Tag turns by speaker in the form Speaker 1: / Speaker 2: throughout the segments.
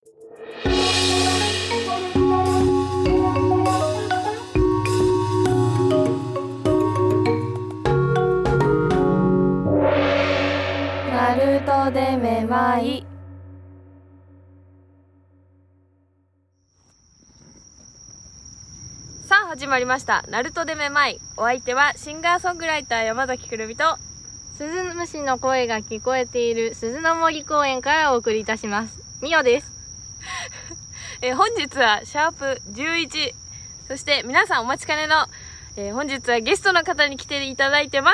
Speaker 1: ナルトでめまい。
Speaker 2: さあ始まりましたナルトでめまい。お相手はシンガーソングライター山崎くるみと
Speaker 1: 鈴虫の声が聞こえている鈴の森公園からお送りいたします。みおです。
Speaker 2: 本日はシャープ11、そして皆さんお待ちかねの、本日はゲストの方に来ていただいてます。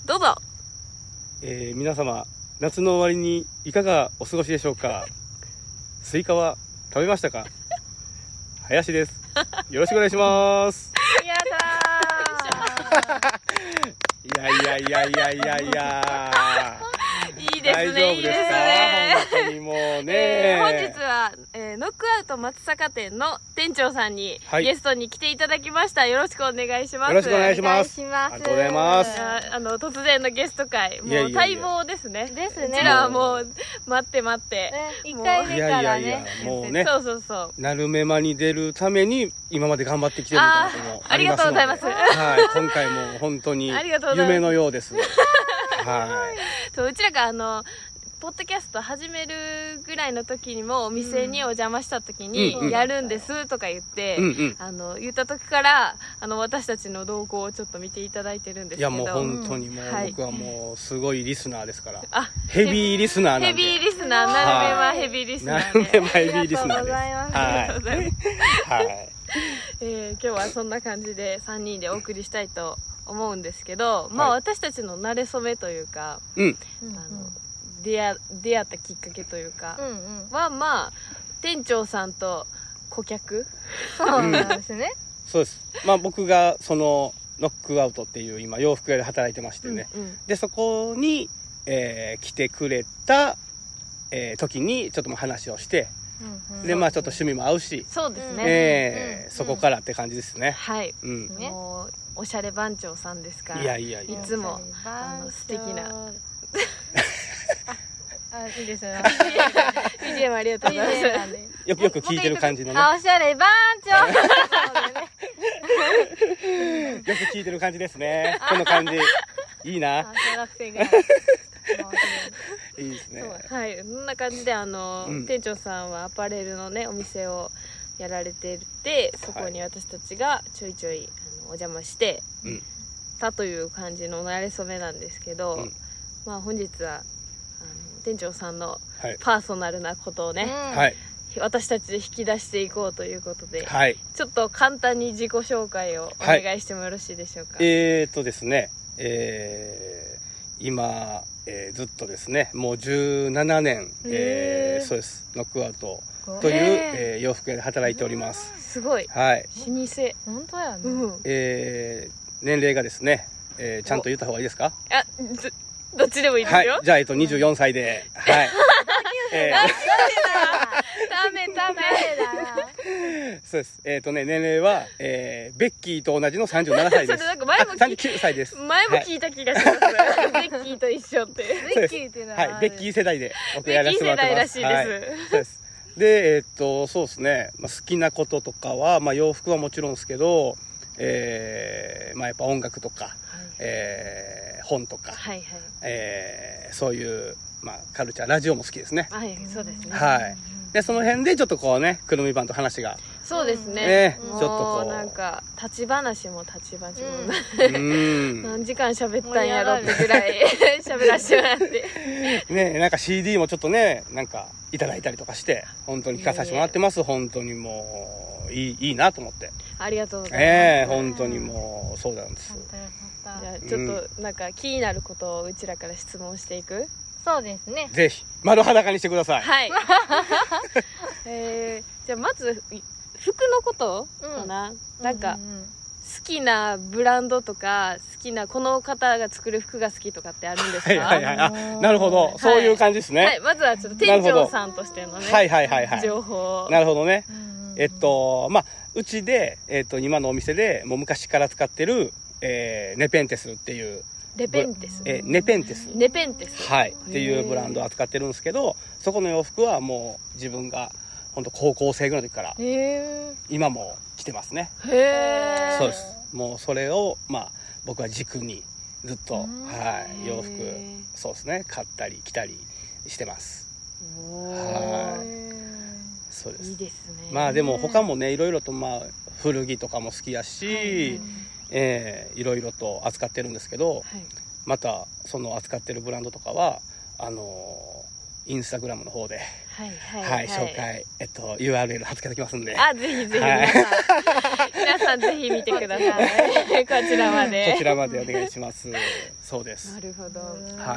Speaker 2: どうぞ。
Speaker 3: 皆様夏の終わりにいかがお過ごしでしょうか。スイカは食べましたか。林です。よろしくお願いします。
Speaker 1: やだ
Speaker 3: いや
Speaker 2: いいですね。
Speaker 3: 大丈夫ですか。本当にもうね、
Speaker 2: 本日は、ノックアウト松坂店の店長さんに、ゲストに来ていただきました。よろしくお願いします。
Speaker 3: よろしくお願いします。
Speaker 1: お願いします。
Speaker 3: ありがとうございます。
Speaker 2: 突然のゲスト会、もう待望ですね。
Speaker 1: ですね。
Speaker 2: うちらはもう待って、
Speaker 1: 1回目からね。
Speaker 3: もうね、
Speaker 2: そう
Speaker 3: なるめまに出るために今まで頑張ってきてるみたいなこともありますので、
Speaker 2: ありがとうございます。
Speaker 3: はい、今回も本当に夢のようです。はい。
Speaker 2: うちらがポッドキャスト始めるぐらいの時にもお店にお邪魔した時にやるんですとか言って、言った時から私たちの動向をちょっと見ていただいてるんですけど、
Speaker 3: いやもう本当にもう僕はもうすごいリスナーですから、ヘビーリスナーなんで。
Speaker 2: ヘビーリスナー、なるめまヘビーリスナー、
Speaker 3: なるめまヘビーリスナーです。
Speaker 1: ありがとうございます。
Speaker 3: はい。
Speaker 2: 今日はそんな感じで3人でお送りしたいと思うんですけど、まあ私たちの馴れ初めというか、出会ったきっかけというかは、まあ店長さんと顧客。
Speaker 1: そうなんですね。
Speaker 3: そうです。まあ僕がそのノックアウトっていう今洋服屋で働いてましてね、でそこに、来てくれた、時にちょっとも話をして、でまあちょっと趣味も合うし、
Speaker 2: そうですね、
Speaker 3: そこからって感じですね。
Speaker 2: はい、もうおしゃれ番長さんですから、いつも素敵な
Speaker 1: いいですね。
Speaker 2: BGM ありがとうございます。
Speaker 3: よく聞いてる感じのね。
Speaker 1: おしゃれ番長。
Speaker 3: よく聞いてる感じですね。この感じいいな。
Speaker 1: 小学生ぐらい。
Speaker 3: いいですね。
Speaker 2: はい、そんな感じで店長さんはアパレルのねお店をやられてて、そこに私たちがちょいちょいお邪魔してたという感じの馴れ初めなんですけど、まあ本日は店長さんのパーソナルなことをね、私たちで引き出していこうということで、ちょっと簡単に自己紹介をお願いしてもよろしいでしょうか。
Speaker 3: ですね、今、ずっとですねもう17年、そうですノックアウトという、洋服屋で働いております。
Speaker 2: すごい、
Speaker 3: はい、
Speaker 2: 老舗。
Speaker 1: 本当やね。
Speaker 3: 年齢がですね、ちゃんと言った方がいいですか。
Speaker 2: どっちでもいいですよ。
Speaker 3: はい、じゃあ24歳で、はい。
Speaker 2: ダメだな。
Speaker 3: そうです。年齢は、ベッキーと同じの37歳です。
Speaker 2: なんか前も
Speaker 3: 39歳です。
Speaker 2: 前も聞いた気がします。ベッキーと一緒って。
Speaker 1: ベッキーっていうのは、
Speaker 3: はい、ベッキー世代で僕やらせてもらってます。
Speaker 2: ベッキー世代らしいです。
Speaker 3: そうです。で、そうですね。好きなこととかは、まあ洋服はもちろんですけど、まあやっぱ音楽とか、本とか、そういうまあカルチャー、ラジオも好きですね。
Speaker 2: はい、そうですね。
Speaker 3: はい。でその辺でちょっとこうね、くるみばんと話が。
Speaker 2: そうですね。
Speaker 3: ちょっとこう
Speaker 2: なんか立ち話も何時間喋ったんやろってぐらい喋らせてもらって
Speaker 3: ね、なんか CD もちょっとねなんかいただいたりとかして本当に聞かさせてもらってます。本当にもういいなと思って。
Speaker 2: ありがとうございます。
Speaker 3: 本当にもうそうなんです。
Speaker 2: じゃあちょっとなんか気になることをうちらから質問していく。
Speaker 1: そうですね。
Speaker 3: ぜひ丸裸にしてください。
Speaker 2: はい。じゃあまず服のことかな。なんか好きなブランドとか好きなこの方が作る服が好きとかってあるんですか。
Speaker 3: なるほど、そういう感じですね。
Speaker 2: はい、まずはちょっと店長さんとしてのね情報。
Speaker 3: なるほどね。まあうちで今のお店でもう昔から使ってるネペンテスっていう
Speaker 2: ネペンテス
Speaker 3: はいっていうブランドを扱ってるんですけど、そこの洋服はもう自分が本当高校生ぐらいの時から今も着てますね。
Speaker 2: へえ。
Speaker 3: そうです。もうそれをまあ僕は軸にずっと、はい、洋服そうですね買ったり着たりしてます。はい、そうです。
Speaker 2: いいですね。
Speaker 3: まあでも他もねいろいろとまあ古着とかも好きやし、いろいろと扱ってるんですけど、またその扱ってるブランドとかはインスタグラムの方で紹介URL 貼っておきますんで、
Speaker 2: ぜひぜひ皆さんぜひ見てください。こちらまで
Speaker 3: お願いします。そうです。
Speaker 2: なるほど。
Speaker 3: はい。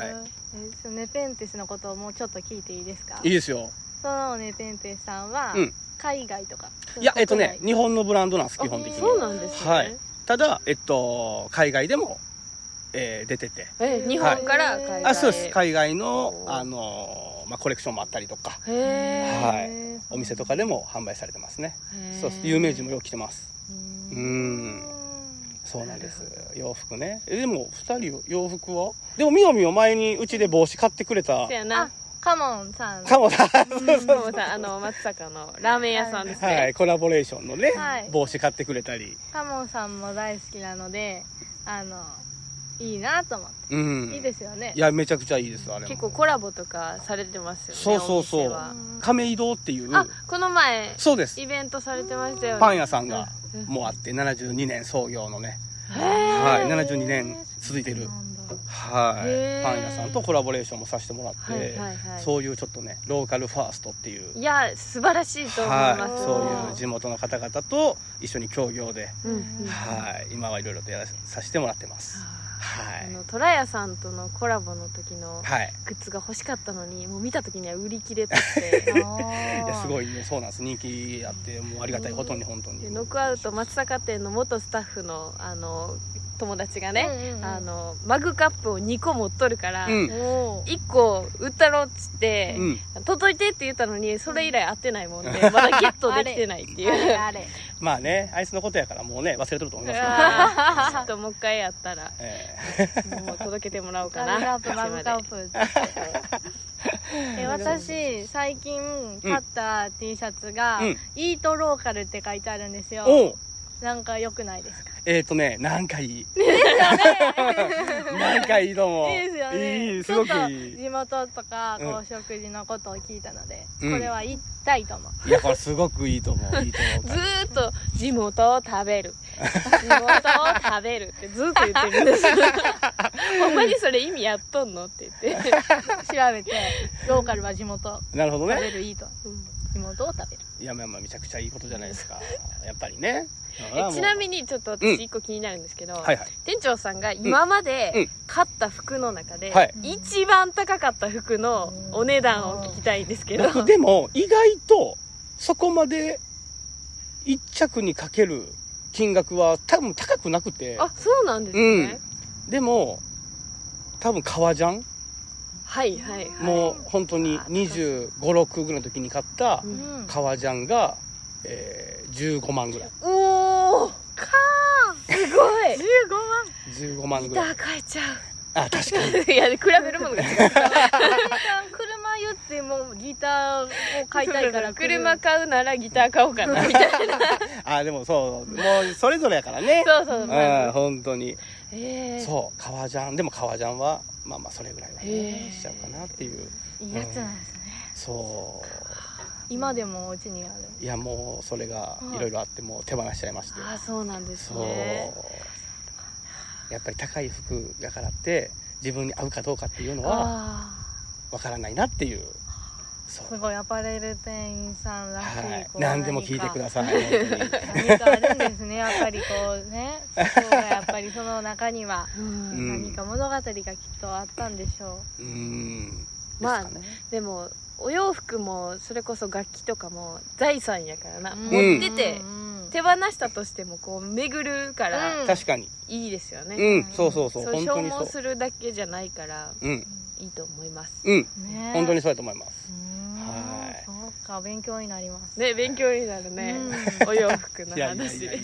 Speaker 1: ネペンテスのことをもうちょっと聞いていいですか？
Speaker 3: いいですよ。
Speaker 1: そのネペンテスさんは海外とか、
Speaker 3: いや日本のブランドなんです基本的に。
Speaker 2: そうなんですね。
Speaker 3: はい。ただ海外でも出てて、
Speaker 2: 日本から海外。
Speaker 3: そうです。海外のコレクションもあったりとか、はい、お店とかでも販売されてますね。そうです。有名人もよく着てます。そうなんです。洋服ね。でも2人洋服はでもみよみよ前にうちで帽子買ってくれた。
Speaker 2: そうやな。
Speaker 1: カモンさん。
Speaker 2: 松阪のラーメン屋さんですね。
Speaker 3: はい、コラボレーションのね、帽子買ってくれたり。
Speaker 1: カモンさんも大好きなのでいいなと思って、いいですよね。
Speaker 3: いやめちゃくちゃいいです。あれ
Speaker 2: 結構コラボとかされてますよね。
Speaker 3: そう亀戸っていう
Speaker 2: この前
Speaker 3: そうです
Speaker 2: イベントされてましたよね。
Speaker 3: パン屋さんがもうあって72年創業のね、はい72年続いてるパン屋さんとコラボレーションもさせてもらって、そういうちょっとねローカルファーストっていう、
Speaker 2: いや素晴らしいと思います。
Speaker 3: そういう地元の方々と一緒に協業で、今はいろいろとやらさせてもらってます。
Speaker 2: トラヤさんとのコラボの時のグッズが欲しかったのに、もう見た時には売り切れとって
Speaker 3: いやすごいね、そうなんです。人気あってもうありがたいことに本当に。
Speaker 2: でノックアウト松阪店の元スタッフの友達がね、マグカップを2個持っとるから、1個売ったろっつって、届いてって言ったのにそれ以来会ってないもんで、まだゲットできてないっていう
Speaker 3: まあね、あいつのことやからもうね忘れてると思いますけど、
Speaker 2: ちょっともう一回やったら、もう届けてもらおうかな。
Speaker 1: マグカップ私最近買った T シャツが、イートローカルって書いてあるんですよ。なんか良くないですか？
Speaker 3: なんかいい。なんかいいと思う。
Speaker 1: いいですよね。
Speaker 3: いい、すごくいい。
Speaker 1: 地元とかこう食事のことを聞いたので、これは言いたいと思う。
Speaker 3: いやこれすごくいいと思う。
Speaker 2: ずーっと地元を食べる、地元を食べるってずーっと言ってるんです。ほんまにそれ意味やっとんのって言って調
Speaker 1: べて、ローカルは地元。
Speaker 3: なるほどね。
Speaker 1: 食べるいいと。地元を食べる。
Speaker 3: いやめちゃくちゃいいことじゃないですか。やっぱりね。
Speaker 2: ちなみにちょっと私一個気になるんですけど、店長さんが今まで買った服の中で一番高かった服のお値段を聞きたいんですけど。
Speaker 3: 僕でも意外とそこまで一着にかける金額は多分高くなくて。
Speaker 2: そうなんですね。
Speaker 3: でも多分革ジャン、もう本当に25、6ぐらいの時に買った革ジャンが15万ぐらい。
Speaker 2: おー、すごい。
Speaker 3: 15万ぐらい。
Speaker 2: ギター買えちゃう。
Speaker 3: 確かに。
Speaker 2: いや、比べるものが違う。
Speaker 1: 車言ってもギターを買いたいから、
Speaker 2: 車買うならギター買おうかなみたいな。
Speaker 3: でもそう、もうそれぞれやからね。
Speaker 2: そう
Speaker 3: 本当に。そう革ジャンでも革ジャンはまあそれぐらいはしちゃうかなっていう。
Speaker 1: いいやつなんですね。
Speaker 3: そう。
Speaker 1: 今でもお家にある？
Speaker 3: いやもうそれがいろいろあってもう手放しちゃいまして。
Speaker 2: そうなんですね。
Speaker 3: やっぱり高い服だからって自分に合うかどうかっていうのはわからないなっていう。
Speaker 1: すごいアパレル店員さんらしい。
Speaker 3: 何でも聞いてください。
Speaker 1: 何かあるんですね。やっぱりこうね、人がやっぱりその中には何か物語がきっとあったんでしょう。
Speaker 2: まあでもお洋服もそれこそ楽器とかも財産やからな、持ってて手放したとしてもこう巡るから
Speaker 3: 確かに
Speaker 2: いいですよね。
Speaker 3: そう消
Speaker 2: 耗するだけじゃないからいいと思います。
Speaker 3: 本当にそうだと思います。
Speaker 1: そうか、勉強になります
Speaker 2: ね。勉強になるね。お洋服の話。じ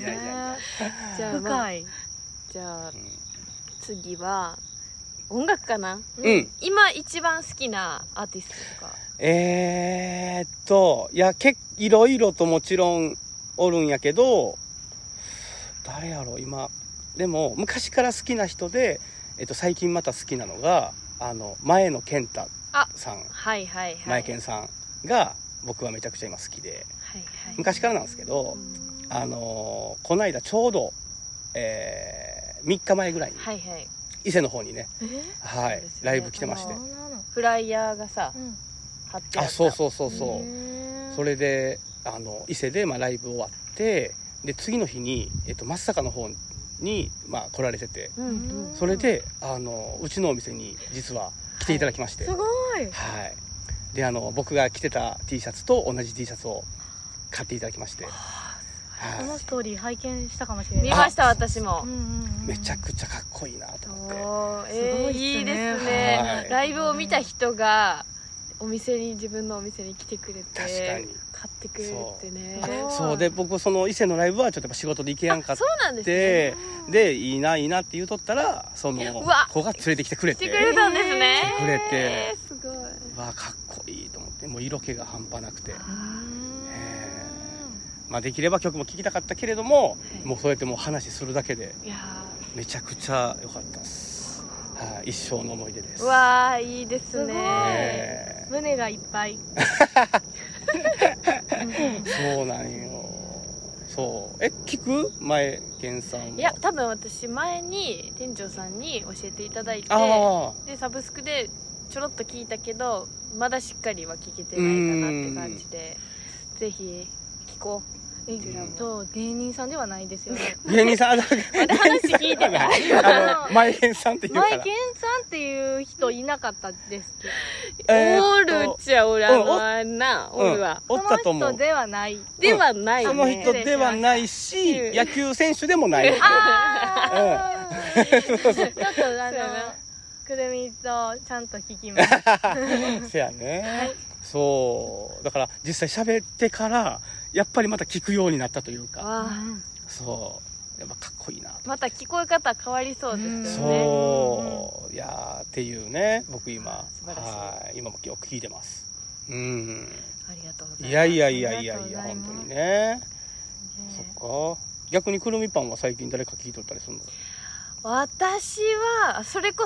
Speaker 2: ゃあ次は音楽かな。今一番好きなアーティストとか
Speaker 3: いや、いろいろともちろんおるんやけど、誰やろ今。でも、昔から好きな人で、最近また好きなのが、前野健太さん。
Speaker 2: はいはいはい。
Speaker 3: 前健さんが、僕はめちゃくちゃ今好きで、はいはい、昔からなんですけど、この間ちょうど、3日前ぐらいに、はいはい、伊勢の方にね、はい、ライブ来てまして。
Speaker 2: フライヤーがさ、貼ってあった。
Speaker 3: そう。それで、伊勢で、ライブ終わって、で、次の日に、松阪の方に、来られてて、それで、うちのお店に実は来ていただきまして。
Speaker 1: すごい。
Speaker 3: はい。で、僕が着てた T シャツと同じ T シャツを買っていただきまして。
Speaker 1: このストーリー拝見したかもしれない。
Speaker 2: 見ました、私も。
Speaker 3: めちゃくちゃかっこいいなと思って。
Speaker 2: すごいいいですね。ライブを見た人が、自分のお店に来てくれて、
Speaker 3: 確かに
Speaker 2: 買ってくれるってね。
Speaker 3: そうで、僕その伊勢のライブはちょっとやっぱ仕事で行けやんかって、
Speaker 2: そうなんですね。
Speaker 3: で、いいなって言うとったら、その子が連れてきてくれて。
Speaker 2: 来てくれたんですね。
Speaker 3: 来てくれて、
Speaker 2: すごい。
Speaker 3: かっこいいと思って、もう色気が半端なくて。できれば曲も聴きたかったけれども、もうそうやってもう話するだけで、めちゃくちゃ良かったです。一生の思い出です。
Speaker 2: わー、いいですね。
Speaker 1: 胸がいっぱい。
Speaker 3: そうなんよ。そう。聞く前健さんは。
Speaker 2: いや、多分私前に店長さんに教えていただいて、でサブスクでちょろっと聞いたけど、まだしっかりは聞けてないかなって感じで、ぜひ聞こう。
Speaker 1: 芸人さんではないですよね。
Speaker 3: 芸人さん、
Speaker 2: まだ話聞いてない。
Speaker 3: 前健さんっていうから。
Speaker 1: 前健さんっていう人いなかったです
Speaker 2: けど。おるっちゃおらんわ。おるわ。
Speaker 3: おったと思う。
Speaker 1: その人ではない。
Speaker 2: ではない。
Speaker 3: その人ではないし、野球選手でもない。
Speaker 1: ちょっとくるみとちゃんと聞きます。
Speaker 3: せやね。そう。だから実際喋ってから、やっぱりまた聞くようになったというか。そう。やっぱかっこいいな。
Speaker 2: また聞こえ方変わりそうですよね。
Speaker 3: そう。いやーっていうね、僕今、今もよく聞いてます。
Speaker 2: ありがとうございます。
Speaker 3: いや、本当にね。そっか。逆にくるみパンは最近誰か聞いとったりするの？
Speaker 2: 私は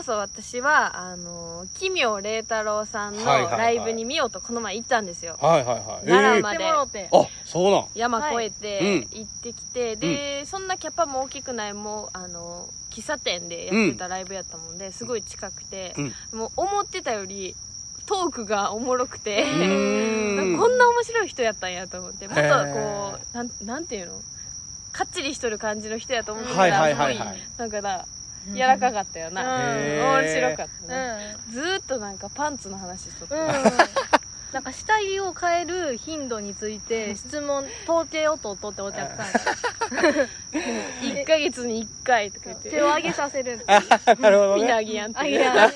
Speaker 2: 奇妙麗太郎さんのライブに見ようとこの前行ったんですよ。奈良まで。
Speaker 3: あ、そうなん。
Speaker 2: 山越えて行ってきて、で、そんなキャパも大きくない、もう、喫茶店でやってたライブやったもんで、すごい近くて、もう思ってたより、トークがおもろくて、こんな面白い人やったんやと思って、もっとこう、なんていうの？かっちりしとる感じの人やと思ってたら、なんか柔らかかったよな。面白かったね。ずーっとなんかパンツの話しとった。
Speaker 1: なんか下着を変える頻度について統計を取っとってお客さん
Speaker 2: 1ヶ月に1回とか言って
Speaker 1: 手を上げさせる。
Speaker 3: なるほどね。
Speaker 2: みんな上げやんって。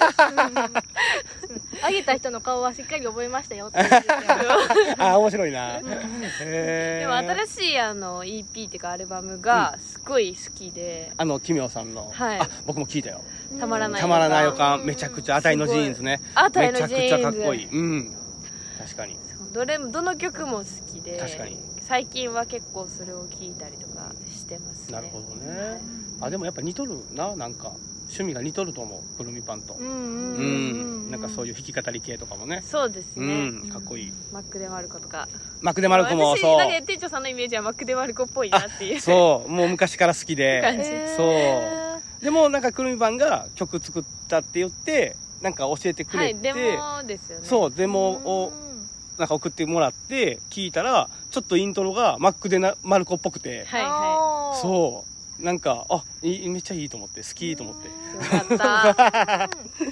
Speaker 1: 上げた人の顔はしっかり覚えましたよって
Speaker 3: 面白いな。
Speaker 2: でも新しいEP っていうかアルバムがすごい好きで、
Speaker 3: 奇妙さんの、僕も聞いたよ。
Speaker 2: たまらない
Speaker 3: 予感。めちゃくちゃあたいのジーンズね。めちゃくちゃかっこいい。確かに。
Speaker 2: どの曲も好きで、
Speaker 3: 確かに
Speaker 2: 最近は結構それを聞いたりとかしてますね。
Speaker 3: なるほどね。でもやっぱ似とるな、なんか趣味が似とると思う、くるみパンと。なんかそういう弾き語り系とかもね。
Speaker 2: そうですね。
Speaker 3: かっこいい。
Speaker 2: マック・デ・マルコとか。
Speaker 3: マック・デ・マルコもそう。
Speaker 2: だけど店長さんのイメージはマック・デ・マルコっぽいなっていう。
Speaker 3: そう、もう昔から好きで。そう。でもなんかくるみパンが曲作ったって言って、なんか教えてくれて。
Speaker 2: デモですよね。
Speaker 3: そう、デモをなんか送ってもらって聞いたら、ちょっとイントロがマック・デ・マルコっぽくて。そう。なんかめっちゃいいと思って、好きと思って。
Speaker 2: よかった。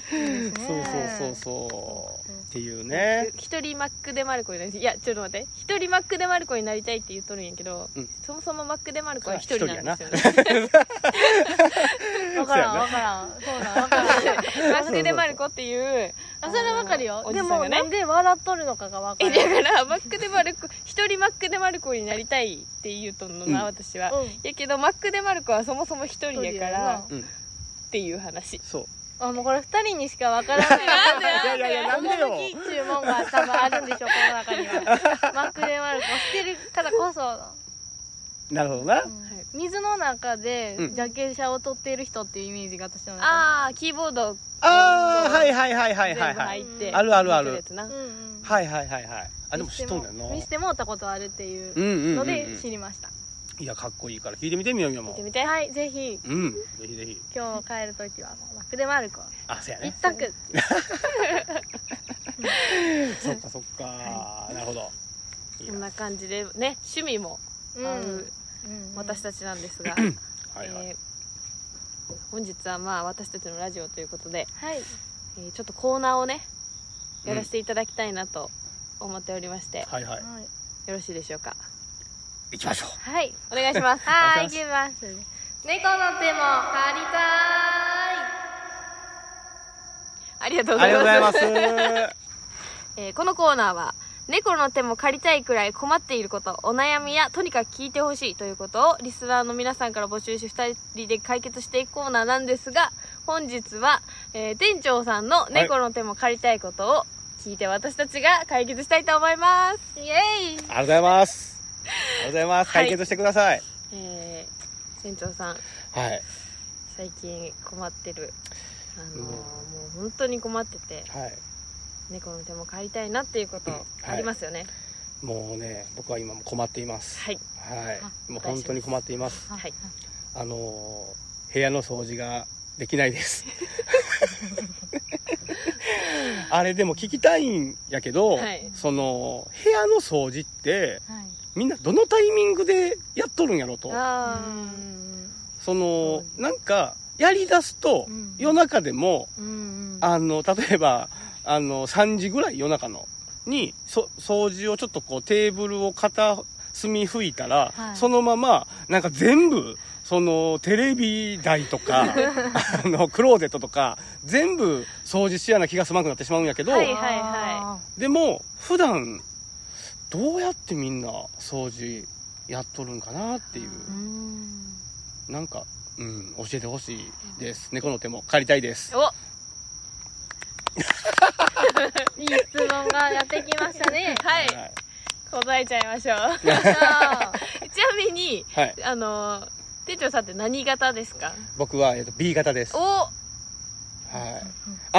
Speaker 3: そうっていうね。
Speaker 2: 一人マック・デ・マルコになりたい。いやちょっと待って、一人マック・デ・マルコになりたいって言っとるんやけど、そもそもマック・デ・マルコは一人なんですよね。
Speaker 1: 分からんそうなん分からん。
Speaker 2: マック・デ・マルコっていう、
Speaker 1: それは分かるよ。でも
Speaker 2: おじさんがね、
Speaker 1: なんで笑っとるのかが分からん。
Speaker 2: だからマック・デ・マルコ、一人マック・デ・マルコになりたいって言うとんのな、私は。やけどマック・デ・マルコはそもそも一人やからっていう話。
Speaker 3: そう。
Speaker 1: もうこれ2人にしかわからない。
Speaker 3: いやなんでよ。
Speaker 1: 大きい注文が多分あるんでしょう、この中には。マクデマルコしてるからこそ。
Speaker 3: なるほどな。
Speaker 1: 水の中でジャケ写を撮っている人っていうイメージが私の中で。
Speaker 2: ああ、キーボード。
Speaker 3: はいはいはいはい
Speaker 2: 全部
Speaker 3: はい。
Speaker 2: 入って。
Speaker 3: あるあるある。
Speaker 1: はい
Speaker 3: はいはいはい。あ、でも知っとんだよな。
Speaker 1: 見してもらったことあるっていうので知りました。
Speaker 3: いや、かっこいいから聞いてみてみようよ、もう。
Speaker 1: 聞いてみて。はい、ぜひ。
Speaker 3: うん、ぜひぜひ。
Speaker 1: 今日帰るときは、マクデマルコ。
Speaker 3: あ、そうやね。
Speaker 1: 一択。
Speaker 3: そっかそっか。なるほど。
Speaker 2: こんな感じでね、趣味も合う私たちなんですが、本日はまあ私たちのラジオということで、ちょっとコーナーをね、やらせていただきたいなと思っておりまして、
Speaker 3: はいはい。
Speaker 2: よろしいでしょうか。
Speaker 3: 行きましょう。
Speaker 1: はい、
Speaker 2: お願いします。
Speaker 1: はい、行きます。猫の手も借りたい。
Speaker 2: ありがとうございます。
Speaker 3: ありがとうございます。
Speaker 2: このコーナーは、猫の手も借りたいくらい困っていること、お悩みやとにかく聞いてほしいということをリスナーの皆さんから募集し2人で解決していくコーナーなんですが、本日は、店長さんの猫の手も借りたいことを聞いて私たちが解決したいと思います。イエーイ。
Speaker 3: ありがとうございます。ありがとうございます。解決してください。
Speaker 2: 店長さん。
Speaker 3: はい。
Speaker 2: 最近困ってる。もう本当に困ってて。はい。猫の手も借りたいなっていうことありますよね。
Speaker 3: もうね、僕は今も困っています。はい。はい。もう本当に困っています。はい。部屋の掃除ができないです。あれでも聞きたいんやけど、その部屋の掃除って、みんなどのタイミングでやっとるんやろと。そのなんかやりだすと、夜中でも、例えば3時ぐらい夜中のに掃除をちょっとこうテーブルを片隅拭いたら、そのままなんか全部そのテレビ台とかクローゼットとか全部掃除しやな気が済まなくなってしまうんやけど、でも普段どうやってみんな掃除やっとるんかなっていう、なんか教えてほしいです。猫の手も借りたいです。
Speaker 1: いい質問がやってきましたね。
Speaker 2: はい。答えちゃいましょう。ちなみに、店長さんって何型ですか？
Speaker 3: 僕は、B 型です。
Speaker 2: はい。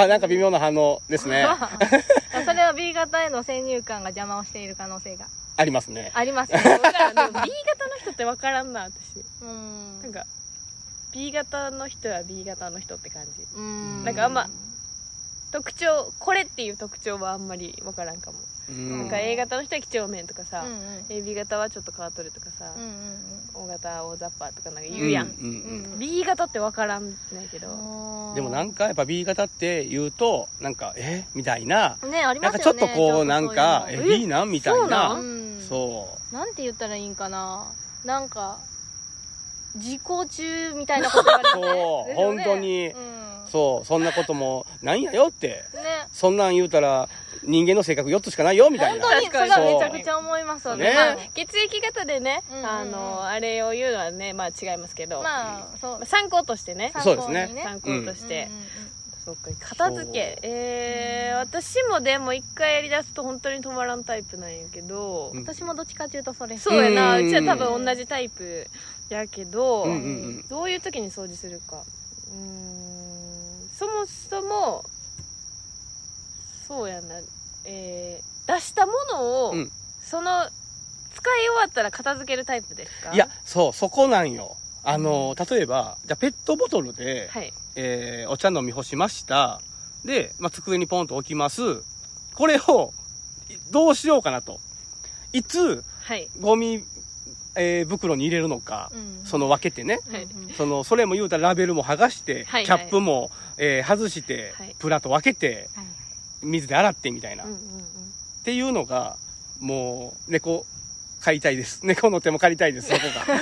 Speaker 3: なんか微妙な反応ですね。
Speaker 1: それは B 型への先入観が邪魔をしている可能性が
Speaker 3: ありますね。
Speaker 1: ありますね。
Speaker 2: でも B 型の人って分からんな、私。なんか B 型の人は B 型の人って感じ。なんかあんま特徴、これっていう特徴はあんまり分からんかも。なんか A 型の人は几帳面とかさ、AB 型はちょっと変わっとるとかさ、O 型大雑把とかなんか言うやん。B 型って分からんねんけど。
Speaker 3: でもなんかやっぱ B 型って言うとなんかみたいな、
Speaker 1: ね、
Speaker 3: なんかちょっとこうなんかB なんみたいな。そう。
Speaker 1: なんて言ったらいいんかな。なんか自己中みたいなこと言われて。
Speaker 3: そう本当に。そう、そんなこともないんやよって。そんなん言うたら、人間の性格4つしかないよ、みたいな。
Speaker 1: 本当に、それはめちゃくちゃ思いますよね。
Speaker 2: 血液型でね、あれを言うのはね、まあ違いますけど、参考としてね。
Speaker 3: そうですね。
Speaker 2: 参考として。そっか、片付け。私もでも一回やり出すと本当に止まらんタイプなんやけど、
Speaker 1: 私もどっちかというとそれ。
Speaker 2: そうやな、うちは多分同じタイプやけど、どういう時に掃除するか。そもそもそうやな、出したものを、その使い終わったら片付けるタイプですか？
Speaker 3: いや、そこなんよ。例えばじゃあペットボトルで、お茶飲み干しました。で、机にポンと置きます。これをどうしようかなと。いつ、ゴミ袋に入れるのか、その分けてね、それも言うたらラベルも剥がして、キャップも、外して、プラと分けて、水で洗ってみたいな、っていうのがもう猫借りたいです。猫の手も借りたいです。そこが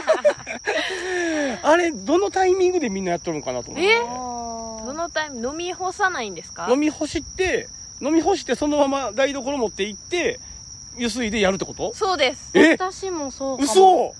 Speaker 3: あれどのタイミングでみんなやっとるのかなと思って。
Speaker 2: どのタイミング？飲み干さないんですか？
Speaker 3: 飲み干してそのまま台所持って行って湯水でやるってこと？
Speaker 2: そうです。
Speaker 1: 私もそうかも。
Speaker 3: 嘘？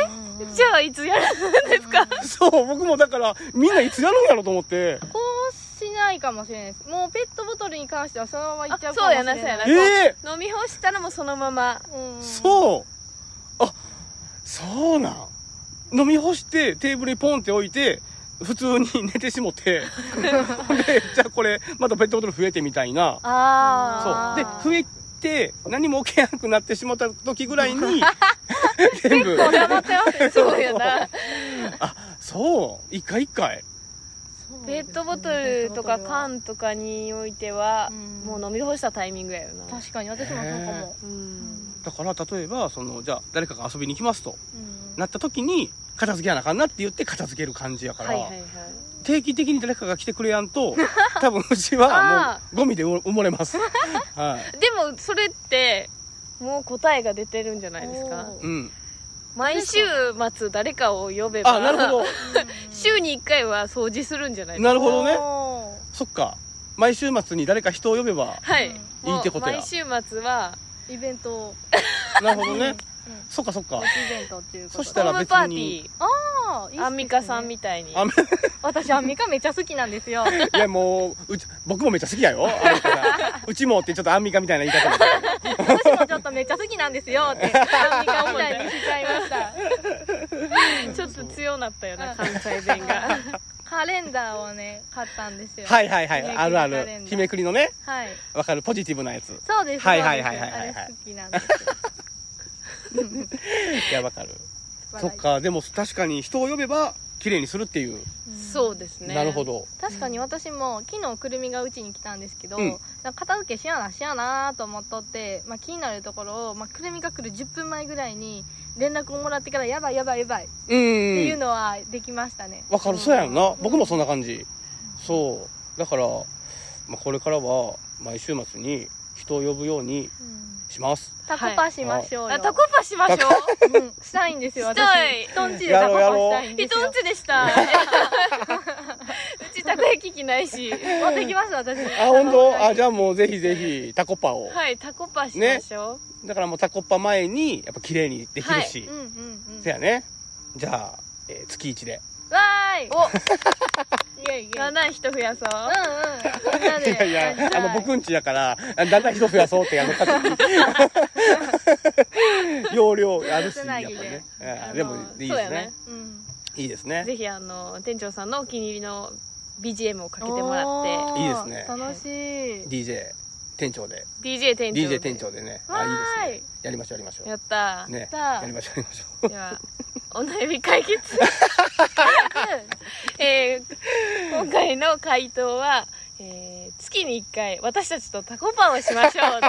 Speaker 2: じゃあいつやるんですか？
Speaker 3: そう、僕もだからみんないつやるんやろと思って。
Speaker 1: こうないかもしれないです。もうペットボトルに関してはそのままいっちゃうか
Speaker 2: そうや
Speaker 1: もしれない。
Speaker 2: なそうやな、飲み干したらもうそのまま、
Speaker 3: そうあそうなん飲み干してテーブルにポンって置いて普通に寝てしもてでじゃあこれまたペットボトル増えてみたいなそうで増えて何も起きなくなってしまった時ぐらいに全部
Speaker 1: 結構黙ってますね。
Speaker 2: そうやな
Speaker 3: あそう一回
Speaker 2: ペットボトルとか缶とかにおいては、もう飲み干したタイミングやよな。
Speaker 1: 確かに私もそうかも。
Speaker 3: だから例えばじゃあ誰かが遊びに来ますと、なった時に片付けやなあかんなって言って片付ける感じやから、定期的に誰かが来てくれやんと多分うちはもうゴミで埋もれます、はい、
Speaker 2: でもそれってもう答えが出てるんじゃないですか。毎週末誰かを呼べば、
Speaker 3: なるほど
Speaker 2: 週に1回は掃除するんじゃないですか。
Speaker 3: なるほどね。そっか、毎週末に誰か人を呼べばいいってことや。
Speaker 2: 毎週末は
Speaker 1: イベントを
Speaker 3: なるほどね、そっかそっか。
Speaker 1: イベントっていうこと。
Speaker 3: そしたら別に
Speaker 2: ホームパーティー、アンミカさんみたいに。
Speaker 1: 私アンミカめっちゃ好きなんですよ。
Speaker 3: いやもう僕もめっちゃ好きやよ。うちもってちょっとアンミカみたいな言い方
Speaker 1: 私もちょっとめっちゃ好きなんですよってアンミカみたいにしちゃいました。
Speaker 2: ちょっと強なったよな、関西弁が。
Speaker 1: カレンダーをね買ったんですよ。
Speaker 3: はいはいはい、あるある日めくりのね、
Speaker 1: はい、
Speaker 3: わかる、ポジティブなやつ。
Speaker 1: そうです。
Speaker 3: はいはいはいはいはい、
Speaker 1: あれ好きなんですよ。
Speaker 3: いやわかる。そっか、でも確かに人を呼べば綺麗にするっていう、
Speaker 2: そうですね。
Speaker 3: なるほど。
Speaker 1: 確かに私も昨日くるみがうちに来たんですけど、なんか片付けしやなと思っとって、気になるところを、くるみが来る10分前ぐらいに連絡をもらってからやばいっていうのはできましたね。
Speaker 3: わかる、そうやんな。僕もそんな感じ。そうだから、これからは毎週末に人を呼ぶようにします。
Speaker 1: タコパしましょうよ。
Speaker 2: タコパしましょう。
Speaker 1: したいんですよ、私。
Speaker 2: したい。
Speaker 1: 人んちでタコパしたいんですよ。
Speaker 2: 人んちでした。うちたこ焼き器ないし。
Speaker 1: 持ってきます、私。
Speaker 3: 本当？じゃあもうぜひぜひタコパを。
Speaker 2: はい、タコパしましょ
Speaker 3: う。だからもうタコパ前にやっぱ綺麗にできるし。そやね。じゃあ、月1で。
Speaker 1: わーい。お
Speaker 2: だんだん人増やそう。
Speaker 3: いや僕んちやからだんだん人増やそうって容量あるし、やっぱね。でもいいですね。いいですね。
Speaker 2: ぜひ店長さんのお気に入りの BGM をかけてもらって。
Speaker 3: いいですね。
Speaker 1: 楽しい。
Speaker 3: DJ 店長で。
Speaker 2: DJ 店長で。
Speaker 3: DJ 店長でね。いいですね。やりましょう。
Speaker 2: やった
Speaker 3: ね。やりましょ
Speaker 2: う。ではお悩み解決。今回の回答は、月に1回私たちとタコパをしましょうという。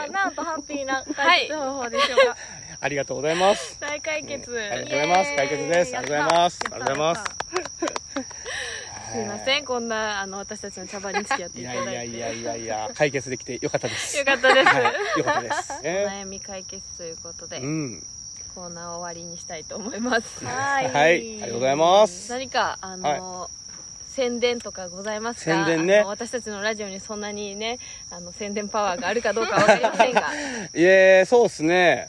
Speaker 1: なんとハッピーな解決方法でしょうか。
Speaker 3: ありがとうございます。
Speaker 2: 大解決。
Speaker 3: ありがとうございます。解決です。ありがとうございます。ありがとうございます。
Speaker 2: すいません、こんな私たちの茶番に付き合っていただいて。
Speaker 3: いや解決できてよかったです。
Speaker 2: よかったです。
Speaker 3: よかったです。
Speaker 2: お悩み解決ということで、コーナーを終わりにしたいと思います。
Speaker 3: はい、ありがとうございます。
Speaker 2: 何か宣伝とかございますか？
Speaker 3: 宣伝ね。
Speaker 2: 私たちのラジオにそんなにね宣伝パワーがあるかどうかわかりませんが。
Speaker 3: そうですね。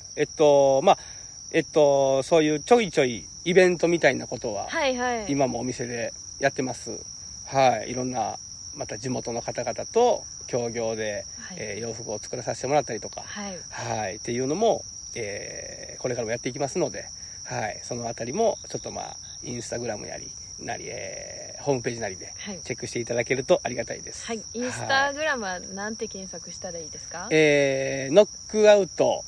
Speaker 3: そういうちょいちょいイベントみたいなことは、今もお店でやってます。はい、いろんなまた地元の方々と協業で、洋服を作らさせてもらったりとか、っていうのも、これからもやっていきますので、そのあたりもちょっとインスタグラムなり、ホームページなりでチェックしていただけるとありがたいです。
Speaker 2: インスタグラムはなんて検索したらいいですか？
Speaker 3: ノックアウト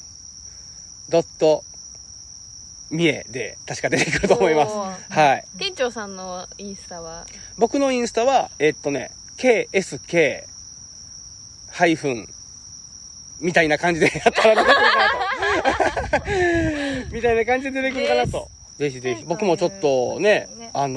Speaker 3: 三重で確か出てくると思います。
Speaker 2: 店長さんのインスタは？
Speaker 3: 僕のインスタはKSK ハイフンみたいな感じでやったら出てくるかなとみたいな感じで出てくるかなと。ぜひぜひ僕もちょっとね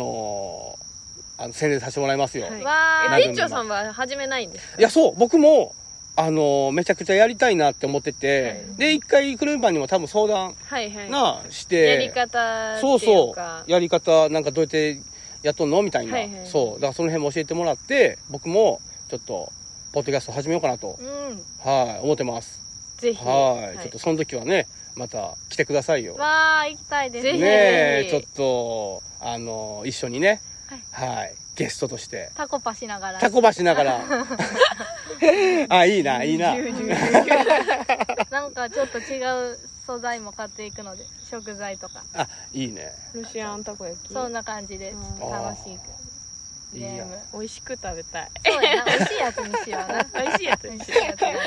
Speaker 3: 宣伝させてもらいますよ。
Speaker 2: 店長さんは始めないんですか？
Speaker 3: いや、そう、僕もめちゃくちゃやりたいなって思ってて、で一回くるみパンにも多分相談して、
Speaker 2: やり方っていうか、
Speaker 3: やり方なんかどうやってやっとんのみたいな、そうだからその辺も教えてもらって、僕もちょっとポッドキャスト始めようかなと、思ってます。
Speaker 2: ぜひ
Speaker 3: ちょっとその時はねまた来てくださいよ。
Speaker 1: 行きたいです
Speaker 2: ね。
Speaker 3: ちょっと一緒にね、元ゲストとして
Speaker 1: タコパしながら
Speaker 3: タコパしながらあ、いいないいな
Speaker 1: なんかちょっと違う素材も買っていくので、食材とか。
Speaker 3: あ、いいね。
Speaker 2: ロシアンたこ焼き。
Speaker 1: そんな感じで楽しく
Speaker 3: いいや。
Speaker 2: 美味しく食べたい。
Speaker 1: そうやな、美味しいやつにしような。
Speaker 2: 美味しいやつにしよ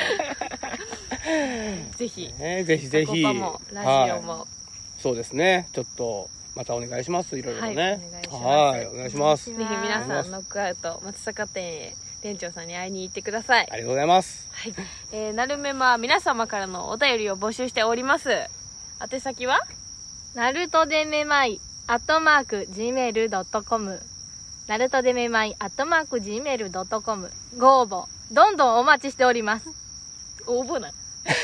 Speaker 2: う。ぜひ。
Speaker 3: ぜひぜひ。
Speaker 2: タコパもラジオも。
Speaker 3: そうですね。ちょっとまたお願いします。いろいろね。
Speaker 2: はい、
Speaker 3: お願いします。
Speaker 2: ぜひ皆さんノックアウト松坂店へ店長さんに会いに行ってください。
Speaker 3: ありがとうございます。
Speaker 2: はい。なるめま皆様からのお便りを募集しております。宛先は
Speaker 1: なるとでめまい@gmail.com なるとでめまい@gmail.com ご応募どんどんお待ちしております。
Speaker 2: 応募な。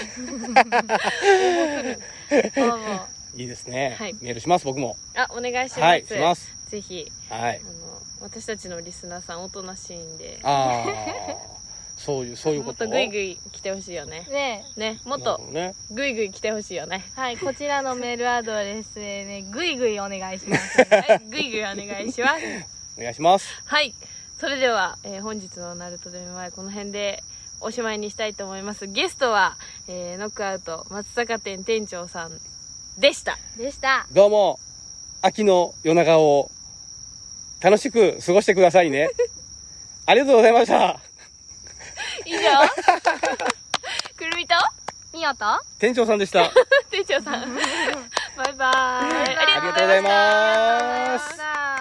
Speaker 1: 応募
Speaker 3: いいですね。
Speaker 2: はい、
Speaker 3: メールします。僕も。
Speaker 2: あ、お願いします。
Speaker 3: はい、します。
Speaker 2: ぜひ。
Speaker 3: はい。
Speaker 2: 私たちのリスナーさんおとなしいんで。
Speaker 3: ああ。そういうこと。
Speaker 2: もっとグイグイ来てほしいよね。ね、もっとグイグイ来てほしいよね。
Speaker 1: はい、こちらのメールアドレスでね、グイグイお願いします。
Speaker 2: はい、グイグイお願いします。
Speaker 3: お願いします。
Speaker 2: はい、それでは、本日のナルトでめまいこの辺でおしまいにしたいと思います。ゲストは、ノックアウト松坂店店長さんでした。
Speaker 3: どうも秋の夜長を楽しく過ごしてくださいね。ありがとうございました。
Speaker 2: 以上くるみと
Speaker 1: みよと
Speaker 3: 店長さんでした。
Speaker 2: 店長さんバイバーイ。
Speaker 3: ありがとうございます。